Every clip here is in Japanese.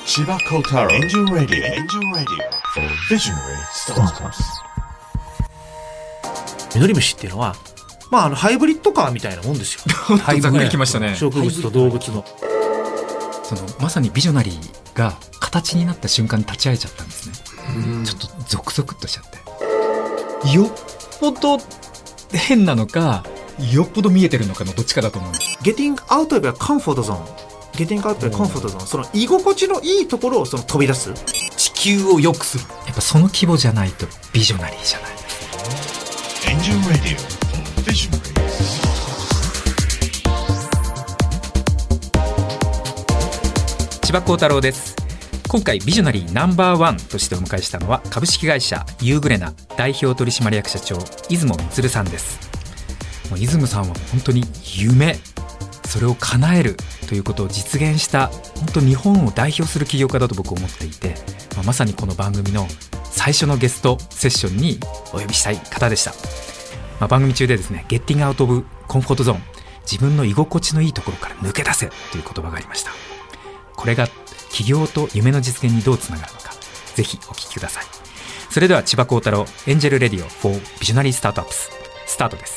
千葉幸太郎エンジェルラディオVisionary Startups。 ミドリムシっていうのは、ハイブリッドカーみたいなもんですよ。 ハイブリッドきましたね。 植物と動物のまさにビジョナリーが形になった瞬間に立ち会えちゃったんですね。ちょっとゾクゾクっとしちゃって、よっぽど変なのかよっぽど見えてるのかのどっちかだと思うんです。 ゲティングアウトやコンフォートゾーン、ゲティングアウトやコンフォートゾーン、その居心地のいいところを飛び出す、 地球を良くする。やっぱその規模じゃないとビジョナリーじゃない。 エンジェルラディオ Visionary。 千葉幸太郎です。今回ビジョナリーナンバーワンとしてお迎えしたのは株式会社ユーグレナ代表取締役社長出雲充さんです。もう出雲さんは本当に夢、それを叶えるということを実現した本当日本を代表する起業家だと僕は思っていて、まさにこの番組の最初のゲストセッションにお呼びしたい方でした。番組中でですね、ゲッティングアウトオブコンフォートゾーン、自分の居心地のいいところから抜け出せという言葉がありました。これが起業と夢の実現にどうつながるのか、ぜひお聞きください。それでは千葉幸太郎エンジェルレディオ for ビジョナリースタートアップススタートです。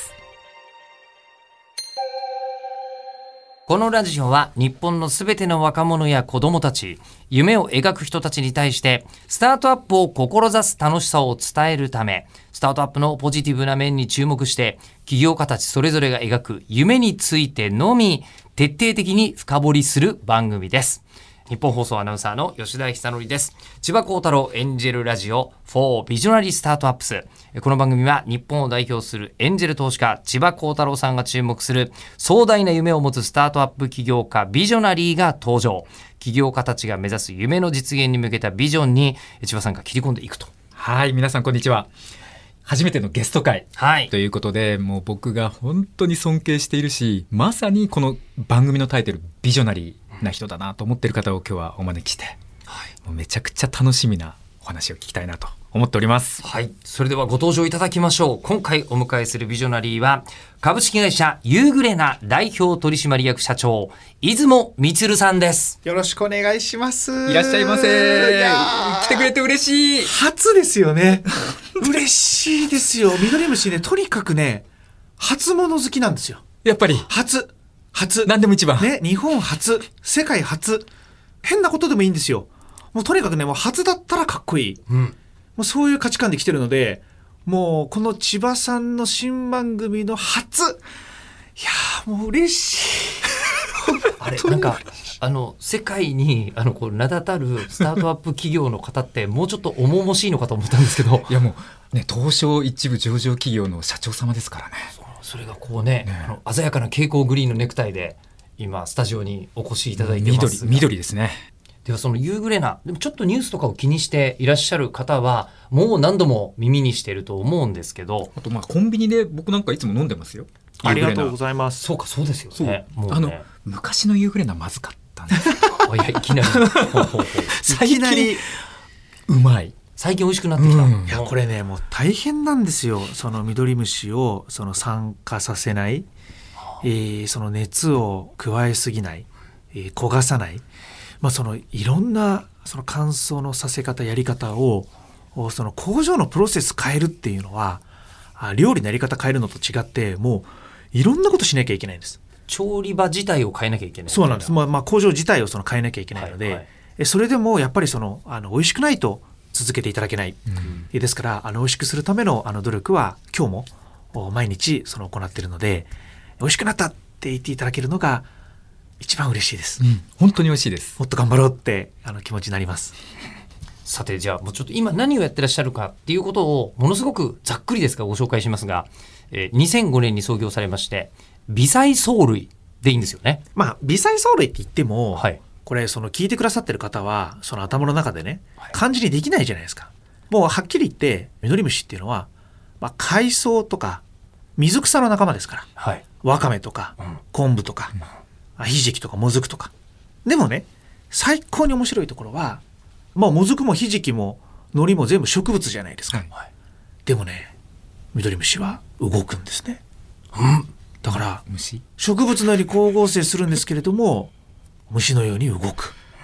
このラジオは日本のすべての若者や子供たち、夢を描く人たちに対してスタートアップを志す楽しさを伝えるため、スタートアップのポジティブな面に注目して起業家たちそれぞれが描く夢についてのみ徹底的に深掘りする番組です。日本放送アナウンサーの吉田久典です。千葉幸太郎エンジェルラジオ for ビジョナリースタートアップス。この番組は日本を代表するエンジェル投資家千葉幸太郎さんが注目する壮大な夢を持つスタートアップ起業家ビジョナリーが登場。起業家たちが目指す夢の実現に向けたビジョンに千葉さんが切り込んでいくと。 はい、皆さんこんにちは。初めてのゲスト会、 はい、 ということで、もう僕が本当に尊敬しているし、まさにこの番組のタイトルビジョナリーな人だなと思っている方を今日はお招きして、もうめちゃくちゃ楽しみなお話を聞きたいなと思っております。 はい、それではご登場いただきましょう。今回お迎えするビジョナリーは株式会社ユーグレナ代表取締役社長出雲充さんです。 よろしくお願いします。 いらっしゃいませ。来てくれて嬉しい。 初ですよね。嬉しいですよ。ミドリムシね、とにかくね、初物好きなんですよ。 やっぱり初何でも一番ね、日本初、世界初、変なことでもいいんですよ。もうとにかくね、もう初だったらかっこいい、もうそういう価値観で来てるので、もうこの千葉さんの新番組の初、いやーもう嬉しい。 あれなんか世界にこう名だたるスタートアップ企業の方ってもうちょっと重々しいのかと思ったんですけど、 いやもうね、東証一部上場企業の社長様ですからね。 それがこうね、鮮やかな蛍光グリーンのネクタイで今スタジオにお越しいただいてます。 緑ですね。 ではそのユーグレナ、でもちょっとニュースとかを気にしていらっしゃる方はもう何度も耳にしていると思うんですけど、 あとコンビニで僕なんかいつも飲んでますよ。 ありがとうございます。 そうか、そうですよね。もうね、 昔のユーグレナまずかったんですよ。 いや、いきなり最近うまい。 最近美味しくなってきた、 いやこれね、もう大変なんですよ。そのミドリムシを酸化させない、その熱を加えすぎない、焦がさない、いろんなその乾燥のさせ方やり方をその工場のプロセス変えるっていうのは、料理のやり方変えるのと違って、もういろんなことしなきゃいけないんです。 調理場自体を変えなきゃいけない。 そうなんです。工場自体を変えなきゃいけないので、それでもやっぱり美味しくないと続けていただけない、ですから美味しくするための努力は今日も毎日行っているので、美味しくなったって言っていただけるのが一番嬉しいです、 本当に美味しいです。 もっと頑張ろうって気持ちになります。 さて、じゃあもうちょっと今何をやってらっしゃるかっていうことをものすごくざっくりですがご紹介しますが、2005年に創業されまして微細藻類でいいんですよね。 微細藻類って言っても、 はい、 これ聞いてくださってる方はその頭の中でね、漢字にできないじゃないですか。もうはっきり言ってミドリムシっていうのは、海藻とか水草の仲間ですから、 はい、 ワカメとか、昆布とか、ヒジキとかモズクとか。でもね、最高に面白いところは、モズクもヒジキもノリも全部植物じゃないですか、でもね、ミドリムシは動くんですね、だから植物のように光合成するんですけれども、虫のように動く。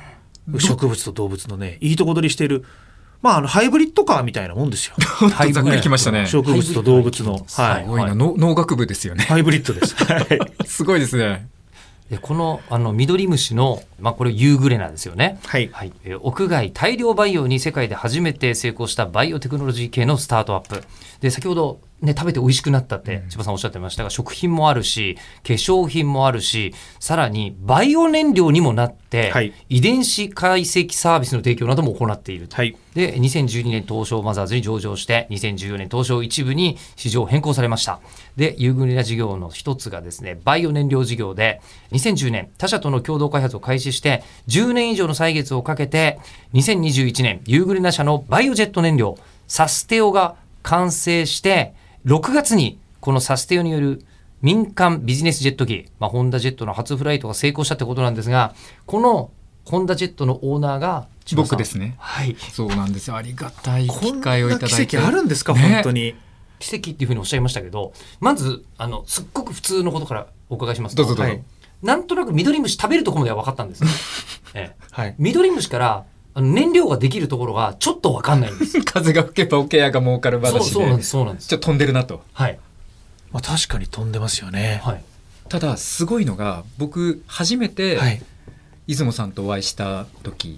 植物と動物のねいいとこ取りしている、ハイブリッドカーみたいなもんですよ。 はい、ざっくりきましたね。 植物と動物の、 すごいな、農学部ですよね。 ハイブリッドです。 すごいですね。 でこのミドリムシの、これユーグレナですよね。 はい屋外大量培養に世界で初めて成功したバイオテクノロジー系のスタートアップで、先ほど、食べて美味しくなったって千葉さんおっしゃってましたが、食品もあるし化粧品もあるし、さらにバイオ燃料にもなって、 はい、 遺伝子解析サービスの提供なども行っていると、 はい、 で2012年東証マザーズに上場して2014年東証一部に市場変更されました。でユーグレナ事業の一つがですねバイオ燃料事業で、2010年他社との共同開発を開始して10年以上の歳月をかけて2021年ユーグレナ社のバイオジェット燃料サステオが完成して、6月にこのサステオによる民間ビジネスジェット機、ホンダジェットの初フライトが成功したってことなんですが、このホンダジェットのオーナーが僕ですね。 はい、 そうなんですよ。ありがたい機会をいただいて。 こんな奇跡あるんですか、 ね、 本当に奇跡っていうふうにおっしゃいましたけど、まずすっごく普通のことからお伺いしますと、 どうぞどうぞ。 なんとなくミドリムシ食べるところまでは分かったんですよ、 はい、 ミドリムシから燃料ができるところがちょっと分かんないんです風が吹けば桶屋が儲かる話で、 そうなんですそうなんです。 ちょっと飛んでるなと。 はい、 確かに飛んでますよね。 はい、 ただすごいのが、僕初めて、 はい、 出雲さんとお会いした時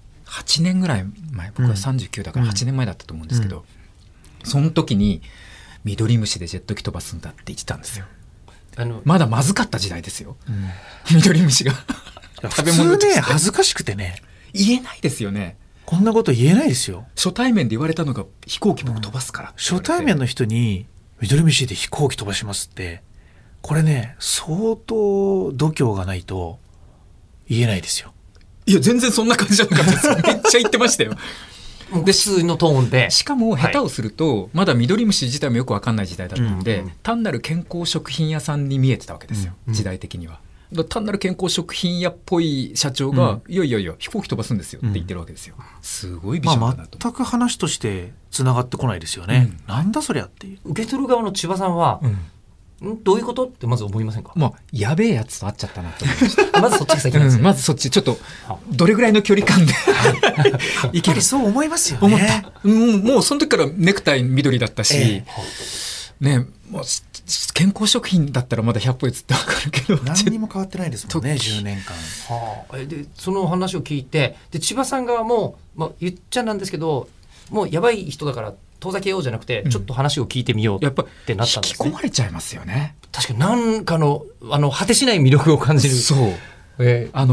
8年ぐらい前、僕は39だから8年前だったと思うんですけど、その時にミドリムシでジェット機飛ばすんだって言ってたんですよ。まだまずかった時代ですよ、ミドリムシが食べ物として普通ね恥ずかしくてね言えないですよね。 こんなこと言えないですよ。 初対面で言われたのが飛行機僕飛ばすから、 初対面の人にミドリムシで飛行機飛ばしますって、これね相当度胸がないと言えないですよ。 いや全然そんな感じじゃなかったですよ。めっちゃ言ってましたよ。 普通のトーンで、 しかも下手をすると、まだミドリムシ自体もよく分かんない時代だったんで、単なる健康食品屋さんに見えてたわけですよ、時代的には。単なる健康食品屋っぽい社長が、いやいやいや飛行機飛ばすんですよって言ってるわけですよ。すごいビジョンだなと。 全く話としてつながってこないですよね、なんだそりゃっていう。 受け取る側の千葉さんは、どういうことってまず思いませんか。 やべえやつと会っちゃったなと思いました。 まずそっちが先なんですよ、 まずそっちちょっとどれぐらいの距離感でやっぱりそう思いますよね。 思った。もうその時からネクタイ緑だったし、もう健康食品だったらまだ100歩譲って分かるけど何にも変わってないですもんね10年間。 でその話を聞いて、で千葉さん側も、言っちゃなんですけど、もうやばい人だから遠ざけようじゃなくて、ちょっと話を聞いてみようってなったんですね。 引き込まれちゃいますよね。 確かに何かの果てしない魅力を感じる。 そう、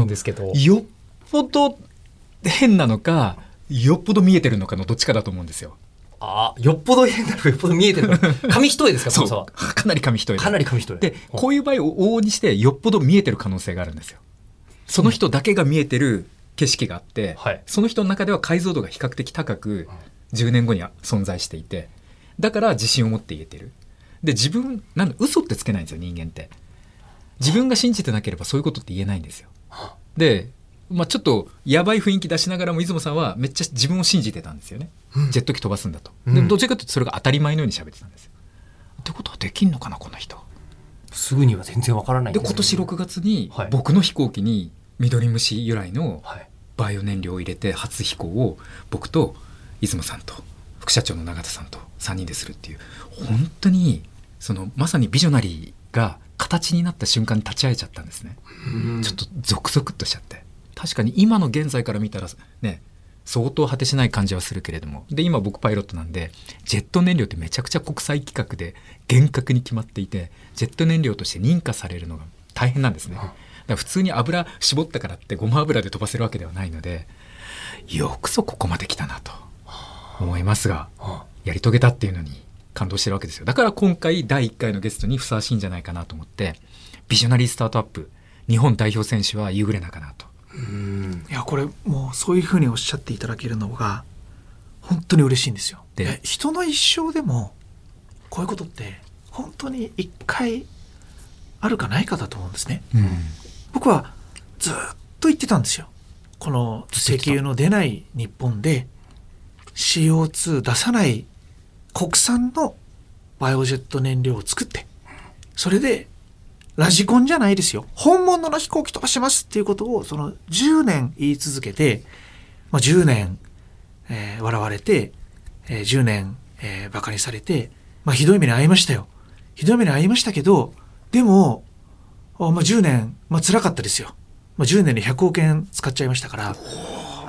ですけど、 よっぽど変なのかよっぽど見えてるのかのどっちかだと思うんですよ。 よっぽど変なのかよっぽど見えてるのか。紙一重ですか。 そうかなり紙一重かなり紙一重で、こういう場合を往々にしてよっぽど見えてる可能性があるんですよ。その人だけが見えてる景色があって、その人の中では解像度が比較的高く、10年後には存在していて、だから自信を持って言えてる。で自分嘘ってつけないんですよ、人間って。自分が信じてなければそういうことって言えないんですよ。で、ちょっとやばい雰囲気出しながらも出雲さんはめっちゃ自分を信じてたんですよね、ジェット機飛ばすんだと。でもどちらかというとそれが当たり前のように喋ってたんですよ。ってことはできんのかなこの人。 すぐには全然わからないんでですよね。 今年6月に僕の飛行機にミドリムシ由来のバイオ燃料を入れて初飛行を僕と出雲さんと副社長の永田さんと3人でするっていう、本当にまさにビジョナリーが形になった瞬間に立ち会えちゃったんですね。ちょっとゾクゾクっとしちゃって、確かに今の現在から見たらね相当果てしない感じはするけれども、で今僕パイロットなんでジェット燃料ってめちゃくちゃ国際規格で厳格に決まっていて、ジェット燃料として認可されるのが大変なんですね。だから普通に油絞ったからってごま油で飛ばせるわけではないので、よくぞここまで来たなと思いますが、やり遂げたっていうのに感動してるわけですよ。だから今回第1回のゲストにふさわしいんじゃないかなと思って、ビジョナリースタートアップ日本代表選手はユーグレナかなと。 いやこれもうそういうふうにおっしゃっていただけるのが本当に嬉しいんですよ。で人の一生でもこういうことって本当に1回あるかないかだと思うんですね、僕はずっと言ってたんですよ。この石油の出ない日本で CO2 出さない国産のバイオジェット燃料を作って、それでラジコンじゃないですよ。本物の飛行機飛ばしますっていうことをその10年言い続けて、10年、笑われて、10年、バカにされて、ひどい目に遭いましたよ。ひどい目に遭いましたけど、でも、10年、辛かったですよ。10年で100億円使っちゃいましたから、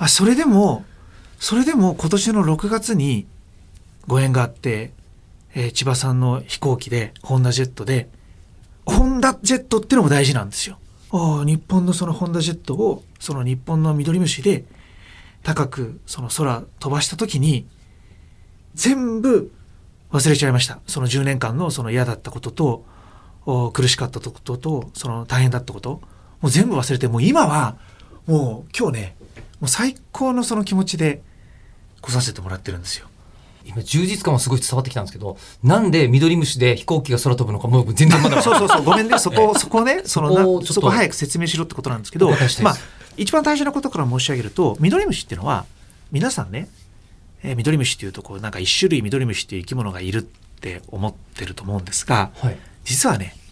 それでも今年の6月にご縁があって、千葉さんの飛行機で、ホンダジェットで、ホンダジェットってのも大事なんですよ。日本のそのホンダジェットを、その日本のミドリムシで、高くその空飛ばした時に、全部忘れちゃいました。その10年間のその嫌だったことと、苦しかったことと、その大変だったこと、もう全部忘れて、もう今は、もう今日ね、もう最高のその気持ちで来させてもらってるんですよ。 今充実感はすごい伝わってきたんですけど、なんでミドリムシで飛行機が空飛ぶのかもう全然まだそうごめんね、そこね、そこ早く説明しろってことなんですけど、一番大事なことから申し上げると、ミドリムシっていうのは皆さんね、ミドリムシっていうとこうなんか一種類ミドリムシっていう生き物がいるって思ってると思うんですが、実はね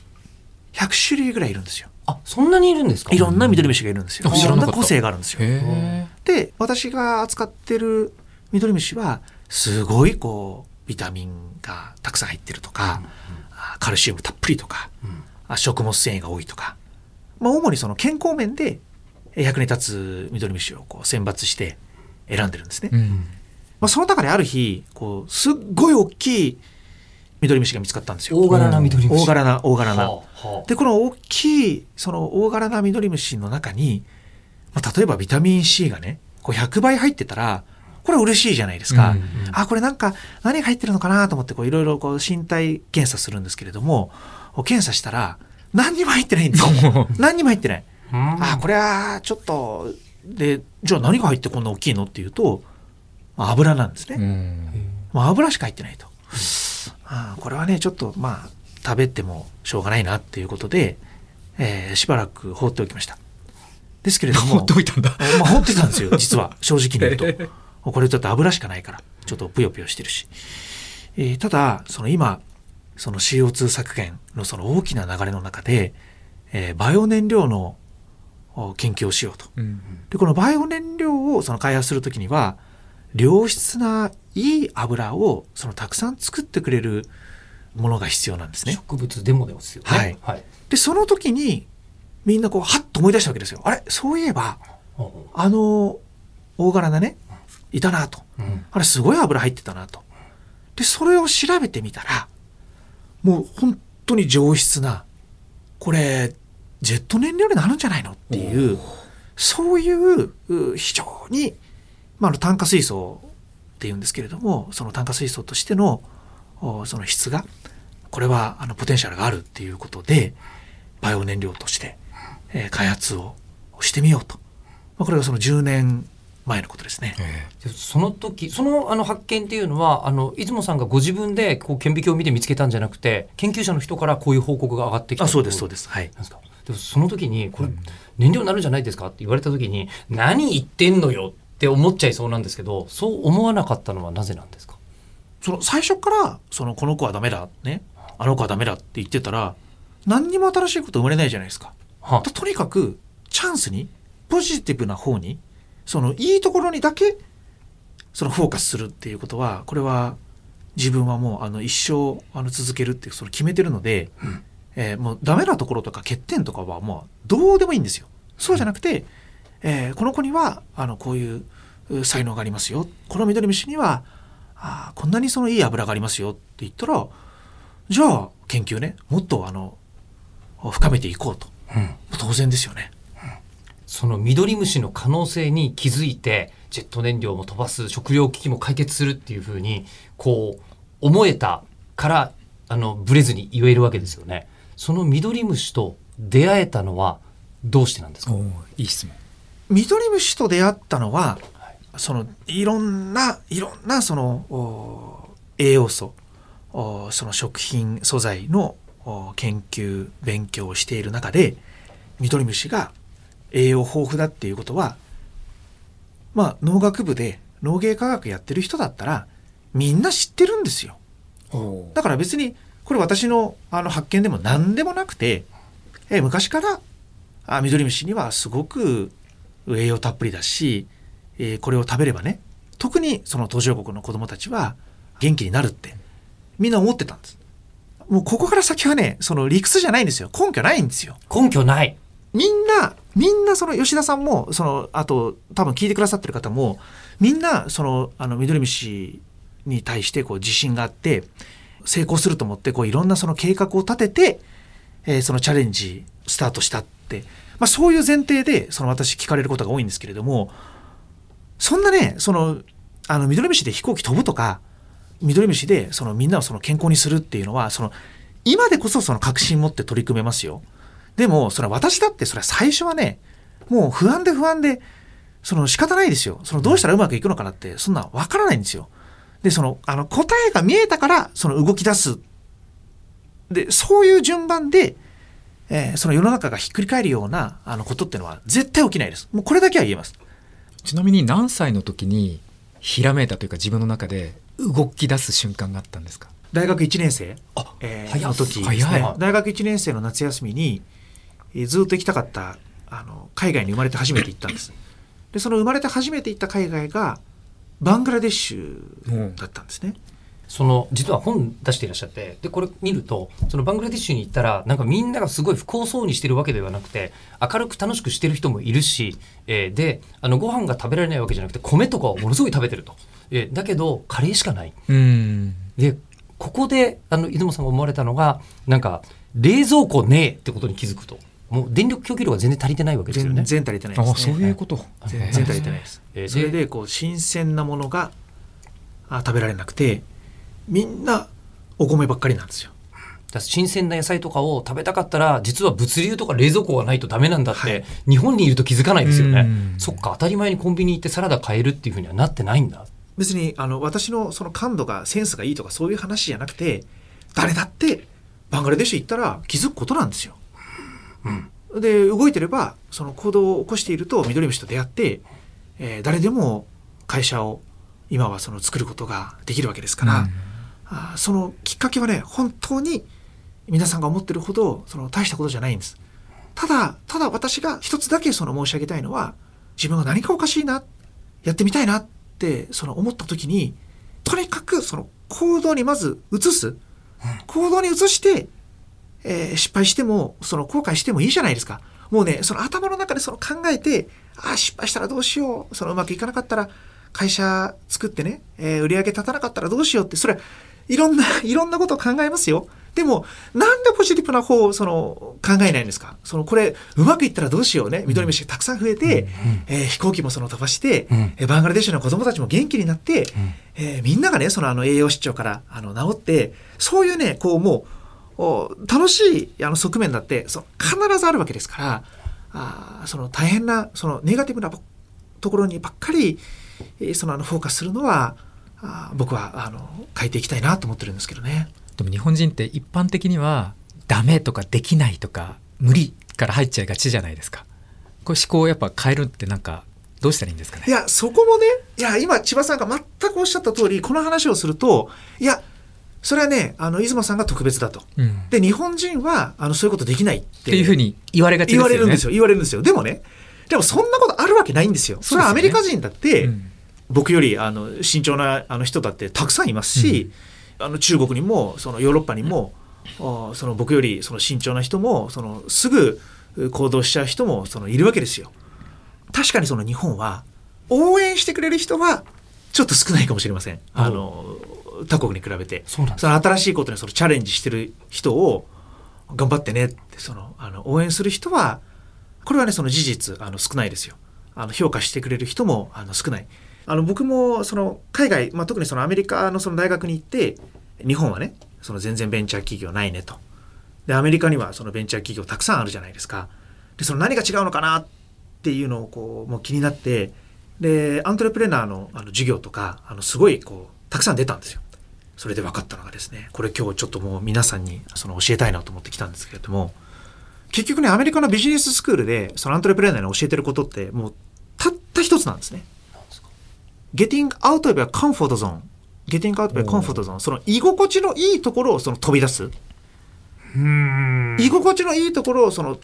100種類ぐらいいるんですよ。 そんなにいるんですか？ いろんなミドリムシがいるんですよ。いろんな個性があるんですよ。 へで、私が扱ってるミドリムシはすごいこうビタミンがたくさん入ってるとか、カルシウムたっぷりとか、食物繊維が多いとか、主にその健康面で役に立つミドリムシをこう選抜して選んでるんですね。その中である日こうすっごい大きいミドリムシが見つかったんですよ。 大柄なミドリムシ。 大柄な。で、この大きいその大柄なミドリムシの中に、例えばビタミン C がねこう100倍入ってたら、これ嬉しいじゃないですか。これなんか何が入ってるのかなと思っていろいろ身体検査するんですけれども、検査したら何にも入ってないんですよ。何にも入ってない。これはちょっとで、じゃあ何が入ってこんな大きいのっていうと、油なんですね。油しか入ってないと。これはねちょっと食べてもしょうがないなっていうことで、しばらく放っておきました。ですけれども放っておいたんだ。 放ってたんですよ実は。正直に言うとこれちょっと油しかないからちょっとぷよぷよしてるし、ただその今その CO2 削減のその大きな流れの中で、バイオ燃料の研究をしようと。でこのバイオ燃料をその開発するときには良質ないい油をそのたくさん作ってくれるものが必要なんですね。 植物でもですよね。 でその時にみんなこうハッと思い出したわけですよ。あれそういえば大柄なねいたなと、あれすごい油入ってたなと。でそれを調べてみたら、もう本当に上質な、これジェット燃料になるんじゃないのっていう、そういう非常に、炭化水素っていうんですけれども、その炭化水素としてのその質が、これはポテンシャルがあるっていうことでバイオ燃料として、開発をしてみようと。これがその10年前のことですね。 その時その発見っていうのは出雲さんがご自分でこう顕微鏡を見て見つけたんじゃなくて、研究者の人からこういう報告が上がってきた。 そうです。はい。 でもその時にこれ燃料になるんじゃないですかって言われた時に、何言ってんのよって思っちゃいそうなんですけど、そう思わなかったのはなぜなんですか？ その最初からこの子はダメだね、あの子はダメだって言ってたら何にも新しいこと生まれないじゃないですか。とにかくチャンスにポジティブな方に、そのいいところにだけそのフォーカスするっていうことは、これは自分はもう一生続けるってその決めてるので、もうダメなところとか欠点とかはもうどうでもいいんですよ。そうじゃなくて、この子にはこういう才能がありますよ、このミドリムシにはこんなにそのいい油がありますよって言ったら、じゃあ研究ねもっと深めていこうと、当然ですよね。 そのミドリムシの可能性に気づいて、ジェット燃料も飛ばす、食料危機も解決するっていうふうにこう思えたからブレずに言えるわけですよね。そのミドリムシと出会えたのはどうしてなんですか？ いい質問。 ミドリムシと出会ったのは、そのいろんなその栄養素、その食品素材の研究勉強をしている中で、ミドリムシが栄養豊富だっていうことは、農学部で農芸科学やってる人だったらみんな知ってるんですよ。だから別にこれ私の発見でも何でもなくて、 昔からミドリムシにはすごく栄養たっぷりだし、これを食べればね、特にその途上国の子どもたちは元気になるってみんな思ってたんです。もうここから先はね、その理屈じゃないんですよ。根拠ないんですよ。 根拠ない。 みんなその吉田さんもあと多分聞いてくださってる方もみんなミドリムシに対してこう自信があって成功すると思ってこういろんなその計画を立てて、そのチャレンジスタートしたって、そういう前提で私聞かれることが多いんですけれども、そんなねミドリムシで飛行機飛ぶとかミドリムシでみんなを健康にするっていうのは今でこそ確信持って取り組めますよ。でも私だって最初はねもう不安で仕方ないですよ。どうしたらうまくいくのかなってそんなわからないんですよ。で答えが見えたから動き出す。でそういう順番で、世の中がひっくり返るようなことっていうのは絶対起きないです。もうこれだけは言えます。 ちなみに何歳の時にひらめいたというか自分の中で動き出す瞬間があったんですか？ 大学1年生の時ですね。大学1年生の夏休みにずっと行きたかった海外に生まれて初めて行ったんです。で生まれて初めて行った海外がバングラデシュだったんですね。 実は本出していらっしゃって、でこれ見るとバングラデシュに行ったらなんかみんながすごい不幸そうにしてるわけではなくて明るく楽しくしてる人もいるし、でご飯が食べられないわけじゃなくて米とかをものすごい食べてると、だけどカレーしかない。でここで出雲さんが思われたのがなんか冷蔵庫ねえってことに気づくと、もう電力供給量が全然足りてないわけですよね。 全然足りてないですね。 そういうこと。 全然足りてないです。それで新鮮なものが食べられなくてみんなお米ばっかりなんですよ。 新鮮な野菜とかを食べたかったら実は物流とか冷蔵庫がないとダメなんだって、日本にいると気づかないですよね。そっか、当たり前にコンビニ行ってサラダ買えるっていうふうにはなってないんだ。 別に私の感度がセンスがいいとかそういう話じゃなくて、誰だってバングラデシュ行ったら気づくことなんですよ。で動いてれば行動を起こしているとミドリムシと出会って、誰でも会社を今は作ることができるわけですから、そのきっかけはね本当に皆さんが思ってるほど大したことじゃないんです。ただ私が一つだけ申し上げたいのは、自分が何かおかしいな、やってみたいなって思った時にとにかく行動にまず移す、行動に移して、失敗しても後悔してもいいじゃないですか。もうね頭の中で考えて、失敗したらどうしよう、うまくいかなかったら会社作ってね、売り上げ立たなかったらどうしようって、それいろんなことを考えますよ。でもなんでポジティブな方を考えないんですか。これうまくいったらどうしようね、ミドリムシがたくさん増えて、飛行機も飛ばして、バングラデシュの子どもたちも元気になって、みんながね栄養失調から治って、そういうねもう楽しい側面だって必ずあるわけですから、大変なネガティブなところにばっかりフォーカスするのは僕は変えていきたいなと思ってるんですけどね。 でも日本人って一般的にはダメとかできないとか無理から入っちゃいがちじゃないですか。これ思考をやっぱ変えるってなんかどうしたらいいんですかね。 いやそこもね、今千葉さんが全くおっしゃった通り、この話をするとそれはね出雲さんが特別だと、で日本人はそういうことできないっていうふうに言われがちですよね。 言われるんですよ。でもそんなことあるわけないんですよ。それはアメリカ人だって、僕より慎重な人だってたくさんいますし、中国にもヨーロッパにも僕より慎重な人もすぐ行動しちゃう人もいるわけですよ。確かに日本は応援してくれる人はちょっと少ないかもしれません。他国に比べて新しいことにチャレンジしてる人を頑張ってねって応援する人はこれはね事実少ないですよ。評価してくれる人も少ない。僕も海外、特にアメリカの大学に行って、日本はね全然ベンチャー企業ないねと。でアメリカにはベンチャー企業たくさんあるじゃないですか。で何が違うのかなっていうのをもう気になって、でアントレプレナーの授業とかすごいたくさん出たんですよ。それで分かったのがですね、これ今日ちょっともう皆さんに教えたいなと思ってきたんですけれども、結局ねアメリカのビジネススクールでアントレプレナーに教えてることってもうたった一つなんですね。Getting out of your comfort zone。 Getting out of your comfort zone。居心地のいいところを飛び出す。居心地のいいところを飛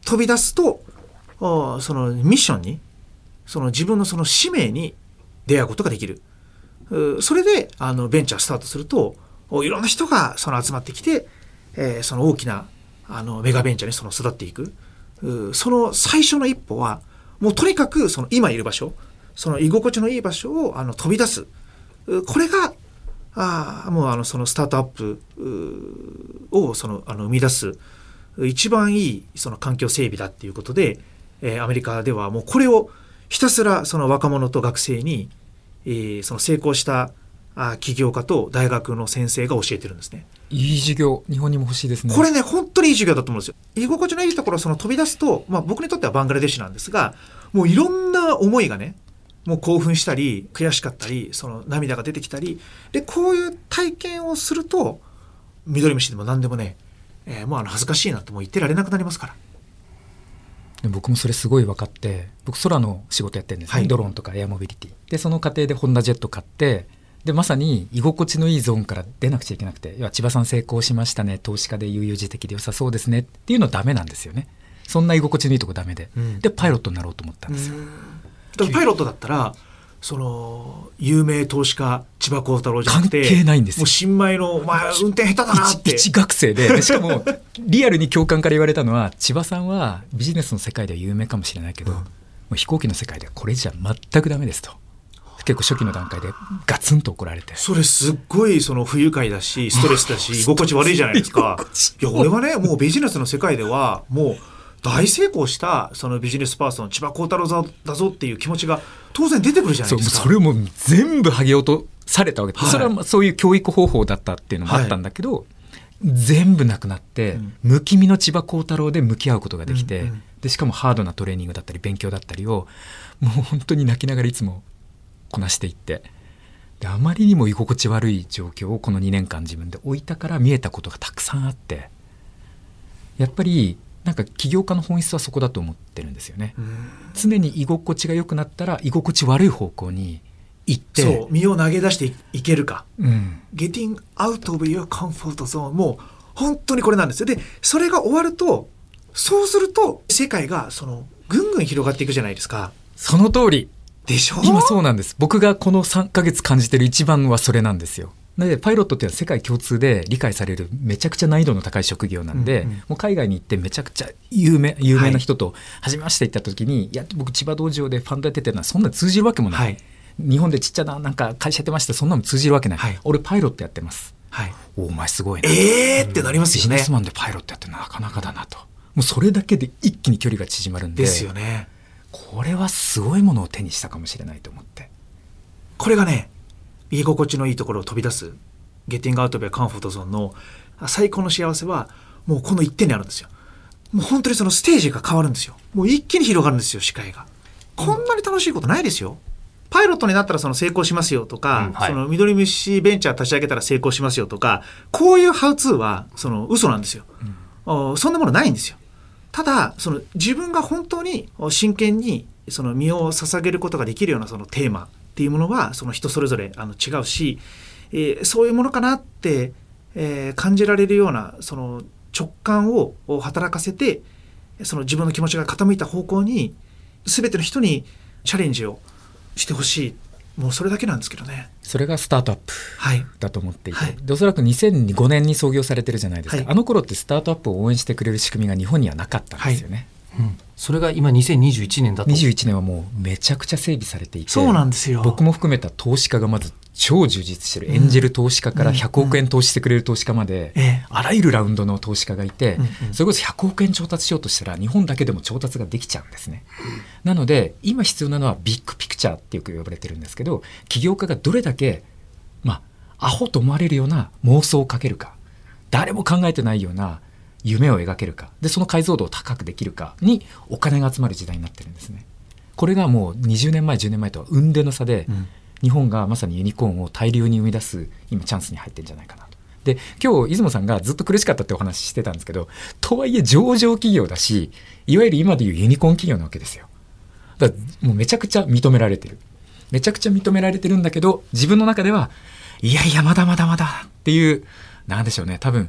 飛び出すとそのミッションにその自分のその使命に出会うことができる。それでベンチャースタートするといろんな人がその集まってきて、その大きなメガベンチャーにその育っていく。その最初の一歩はもうとにかくその今いる場所、その居心地のいい場所を飛び出す。これがもうそのスタートアップを生み出す一番いいその環境整備だっていうことで、アメリカではもうこれをひたすらその若者と学生に、その成功した起業家と大学の先生が教えてるんですね。 いい授業、日本にも欲しいですね。 これね本当にいい授業だと思うんですよ。居心地のいいところをその飛び出すと、僕にとってはバングラデシュなんですが、もういろんな思いがね、もう興奮したり悔しかったりその涙が出てきたりで、こういう体験をするとミドリムシでも何でもね、もう恥ずかしいなってもう言ってられなくなりますから。 で僕もそれすごい分かって、僕空の仕事やってるんですね、ドローンとかエアモビリティで、その過程でホンダジェット買って、でまさに居心地のいいゾーンから出なくちゃいけなくて、いや千葉さん成功しましたね、投資家で悠々自適で良さそうですねっていうのはダメなんですよね。そんな居心地のいいとこダメで、でパイロットになろうと思ったんですよ。 だからパイロットだったらその有名投資家千葉幸太郎じゃなくて関係ないんですよ。 もう新米のお前運転下手だなって一学生でしかもリアルに教官から言われたのは、千葉さんはビジネスの世界では有名かもしれないけど、もう飛行機の世界ではこれじゃ全くダメですと結構初期の段階でガツンと怒られて、 それすっごいその不愉快だしストレスだし居心地悪いじゃないですか。いや俺はねもうビジネスの世界ではもう大成功したそのビジネスパーソン千葉幸太郎だぞっていう気持ちが当然出てくるじゃないですか。 それをもう全部剥ぎ落とされたわけです、それはそういう教育方法だったっていうのもあったんだけど、全部なくなって、無気味の千葉幸太郎で向き合うことができて、でしかもハードなトレーニングだったり勉強だったりをもう本当に泣きながらいつもこなしていって、であまりにも居心地悪い状況をこの2年間自分で置いたから見えたことがたくさんあって、やっぱりなんか起業家の本質はそこだと思ってるんですよね。常に居心地が良くなったら居心地悪い方向に行って、 そう身を投げ出していけるか、Getting out of your comfort zone、 もう本当にこれなんですよ。でそれが終わると、そうすると世界がそのぐんぐん広がっていくじゃないですか。 その通りでしょ。 今そうなんです。僕がこの3ヶ月感じてる一番はそれなんですよ。なのでパイロットっていうのは世界共通で理解されるめちゃくちゃ難易度の高い職業なんで、もう海外に行ってめちゃくちゃ有名な人と初めまして行った時に、いや僕千葉道場でファンドやっててるのはそんな通じるわけもない、日本でちっちゃななんか会社やってました、そんなの通じるわけない、俺パイロットやってます、お前すごいな、 ってなりますよね。 ビジネスマンでパイロットやってるのはなかなかだなと、もうそれだけで一気に距離が縮まるんで、 ですよね。 これはすごいものを手にしたかもしれないと思って、 これがね居心地のいいところを飛び出すGetting out of your comfort zoneの最高の幸せはもうこの一点にあるんですよ。もう本当にそのステージが変わるんですよ。もう一気に広がるんですよ、視界が。こんなに楽しいことないですよ。パイロットになったらその成功しますよとか、そのミドリムシベンチャー立ち上げたら成功しますよとか、こういうハウツーはその嘘なんですよ、そんなものないんですよ。ただその自分が本当に真剣にその身を捧げることができるようなそのテーマっていうものはその人それぞれ違うし、そういうものかなって、感じられるようなその直感を働かせて、その自分の気持ちが傾いた方向に全ての人にチャレンジをしてほしい。もうそれだけなんですけどね。 それがスタートアップだと思っていて、でおそらく2005年に創業されてるじゃないですか、あの頃ってスタートアップを応援してくれる仕組みが日本にはなかったんですよね、 それが今2021年だと。 21年はもうめちゃくちゃ整備されていて、 そうなんですよ。僕も含めた投資家がまず超充実してる、エンジェル投資家から100億円投資してくれる投資家まで、あらゆるラウンドの投資家がいて、それこそ100億円調達しようとしたら日本だけでも調達ができちゃうんですね。なので今必要なのはビッグピクチャーってよく呼ばれてるんですけど、起業家がどれだけアホと思われるような妄想をかけるか、誰も考えてないような夢を描けるかで、その解像度を高くできるかにお金が集まる時代になってるんですね。これがもう20年前10年前とは雲泥の差で、日本がまさにユニコーンを大量に生み出す今チャンスに入ってるんじゃないかなと。で今日出雲さんがずっと苦しかったってお話してたんですけど、とはいえ上場企業だし、いわゆる今でいうユニコーン企業なわけですよ。だからもうめちゃくちゃ認められてる、めちゃくちゃ認められてるんだけど、自分の中ではいやいやまだまだまだっていう、なんでしょうね、多分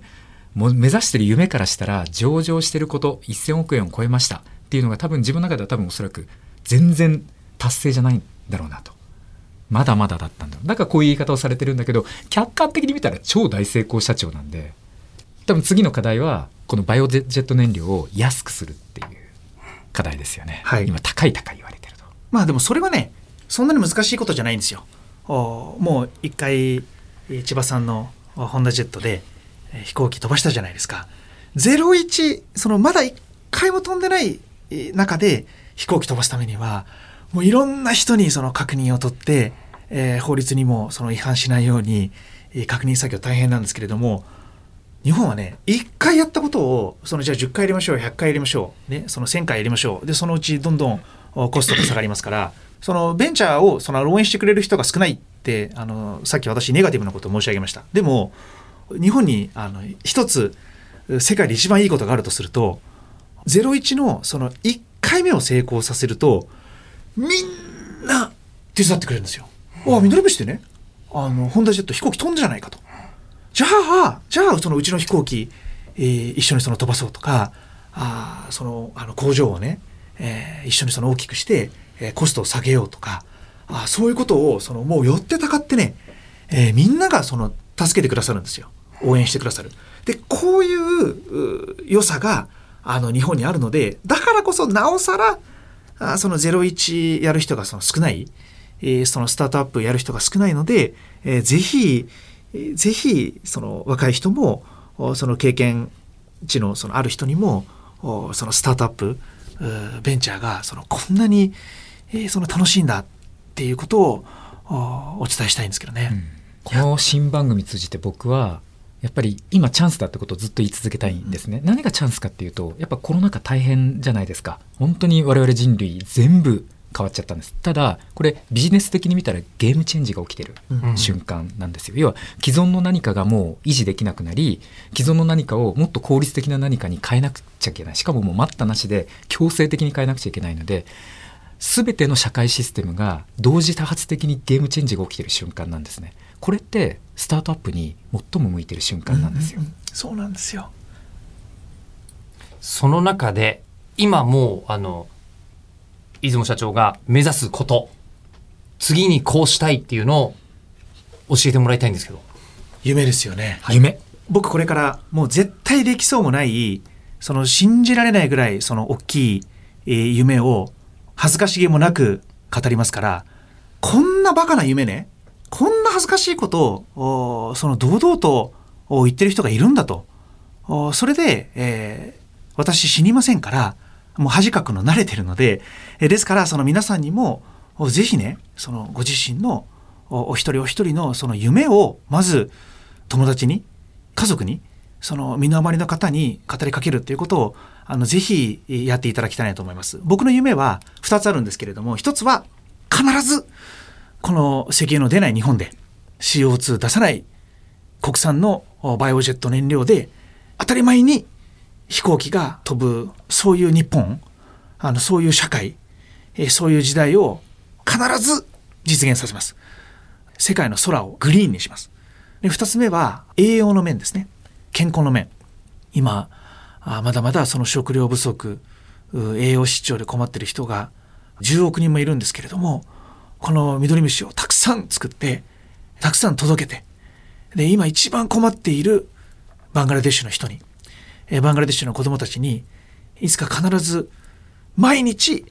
もう目指してる夢からしたら上場してること1000億円を超えましたっていうのが多分自分の中では多分おそらく全然達成じゃないんだろうなと。まだまだだったんだ。だからこういう言い方をされてるんだけど、客観的に見たら超大成功社長なんで、多分次の課題はこのバイオジェット燃料を安くするっていう課題ですよね、 はい、 今高い言われてると。 まあでもそれはねそんなに難しいことじゃないんですよ。もう一回千葉さんのホンダジェットで飛行機飛ばしたじゃないですか。01そのまだ一回も飛んでない中で飛行機飛ばすためにはもういろんな人にその確認を取って、法律にもその違反しないように、確認作業大変なんですけれども、日本はね1回やったことをそのじゃあ10回やりましょう100回やりましょう、ね、その1000回やりましょうでそのうちどんどんコストが下がりますからそのベンチャーをその応援してくれる人が少ないってさっき私ネガティブなことを申し上げました。でも日本に一つ世界で一番いいことがあるとすると01のその1回目を成功させるとみんな手伝ってくれるんですよ。ミドリムシってねホンダジェット飛行機飛んだじゃないかと。じゃあそのうちの飛行機、一緒にその飛ばそうとかその工場をね、一緒にその大きくして、コストを下げようとかそういうことをそのもう寄ってたかってね、みんながその助けてくださるんですよ。応援してくださる。でこういう良さが日本にあるのでだからこそなおさらその01やる人がその少ない、そのスタートアップやる人が少ないので、ぜひその若い人もその経験値のそのある人にもそのスタートアップベンチャーがそのこんなにその楽しいんだっていうことをお伝えしたいんですけどね、 この新番組通じて僕はやっぱり今チャンスだってことをずっと言い続けたいんですね、何がチャンスかっていうとやっぱコロナ禍大変じゃないですか。本当に我々人類全部変わっちゃったんです。ただこれビジネス的に見たらゲームチェンジが起きてる瞬間なんですよ、要は既存の何かがもう維持できなくなり既存の何かをもっと効率的な何かに変えなくちゃいけない、しかももう待ったなしで強制的に変えなくちゃいけないので全ての社会システムが同時多発的にゲームチェンジが起きてる瞬間なんですね。これってスタートアップに最も向いてる瞬間なんですよ、 そうなんですよ。 その中で今もう出雲社長が目指すこと次にこうしたいっていうのを教えてもらいたいんですけど。 夢ですよね、 夢。 僕これからもう絶対できそうもないその信じられないぐらいその大きい、夢を恥ずかしげもなく語りますから、こんなバカな夢ねこんな恥ずかしいことをその堂々と言ってる人がいるんだと。それで、私死にませんからもう恥かくの慣れてるので、ですからその皆さんにもぜひねそのご自身のお一人お一人のその夢をまず友達に家族にその身の回りの方に語りかけるっていうことをぜひやっていただきたいなと思います。僕の夢は2つあるんですけれども、1つは必ずこの石油の出ない日本で CO2 出さない国産のバイオジェット燃料で当たり前に飛行機が飛ぶ、そういう日本そういう社会、そういう時代を必ず実現させます。世界の空をグリーンにします。で2つ目は栄養の面ですね。健康の面。今まだまだその食料不足、栄養失調で困っている人が10億人もいるんですけれども、このミドリムシをたくさん作ってたくさん届けて、で今一番困っているバングラデシュの人に、バングラデシュの子どもたちにいつか必ず毎日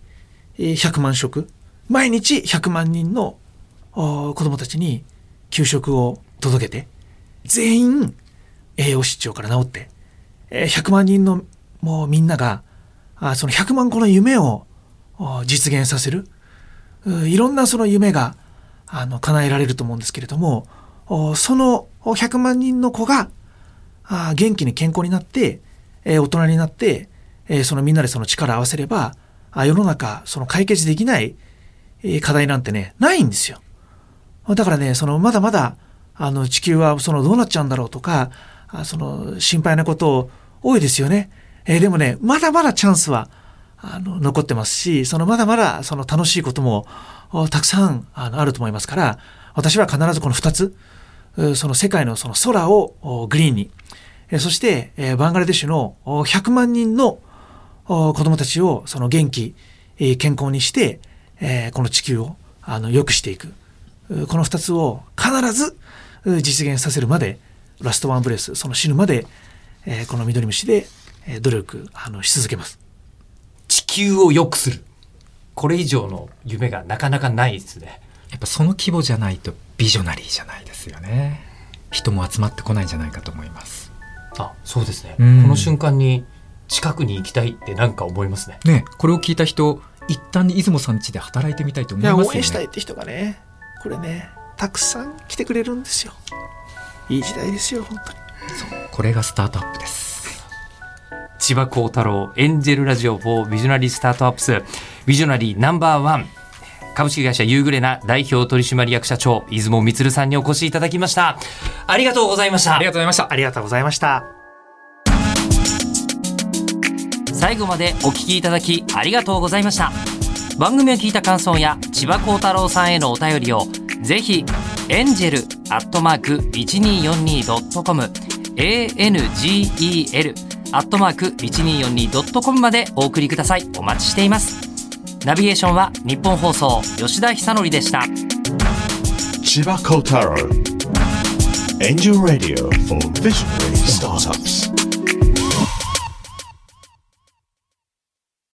100万食、毎日100万人の子どもたちに給食を届けて全員栄養失調から治って100万人のもうみんながその100万個の夢を実現させる、いろんなその夢が叶えられると思うんですけれども、その100万人の子が元気に健康になって大人になってそのみんなでその力を合わせれば世の中その解決できない課題なんてねないんですよ。だからねそのまだまだ地球はそのどうなっちゃうんだろうとかその心配なこと多いですよね。でもねまだまだチャンスは残ってますし、そのまだまだその楽しいこともたくさんあると思いますから、私は必ずこの2つ、その世界のその空をグリーンに、 そしてバングラデシュの100万人の子どもたちをその元気健康にしてこの地球を良くしていく、この2つを必ず実現させるまで、ラストワンブレス、その死ぬまでこのミドリムシで努力し続けます。 地球を良くする、これ以上の夢がなかなかないですね。 やっぱその規模じゃないとビジョナリーじゃないですよね。人も集まってこないんじゃないかと思います。 あ、そうですね、 この瞬間に近くに行きたいってなんか思いますね。 ね、これを聞いた人、一旦出雲さん家で働いてみたいと思いますよね。 応援したいって人がね、これね、たくさん来てくれるんですよ。いい時代ですよ、本当に。 これがスタートアップです。 千葉幸太郎エンジェルラジオ4ビジョナリースタートアップス、ビジョナリーナンバーワン、株式会社ユーグレナ代表取締役社長出雲充さんにお越しいただきました。ありがとうございました。 ありがとうございました。 ありがとうございました。 最後までお聞きいただきありがとうございました。番組を聞いた感想や千葉幸太郎さんへのお便りをぜひangel@1242.com angel@1242.com までお送りください。お待ちしています。ナビゲーションは日本放送吉田久典でした。 千葉幸太郎 Angel Radio for Visionary Startups.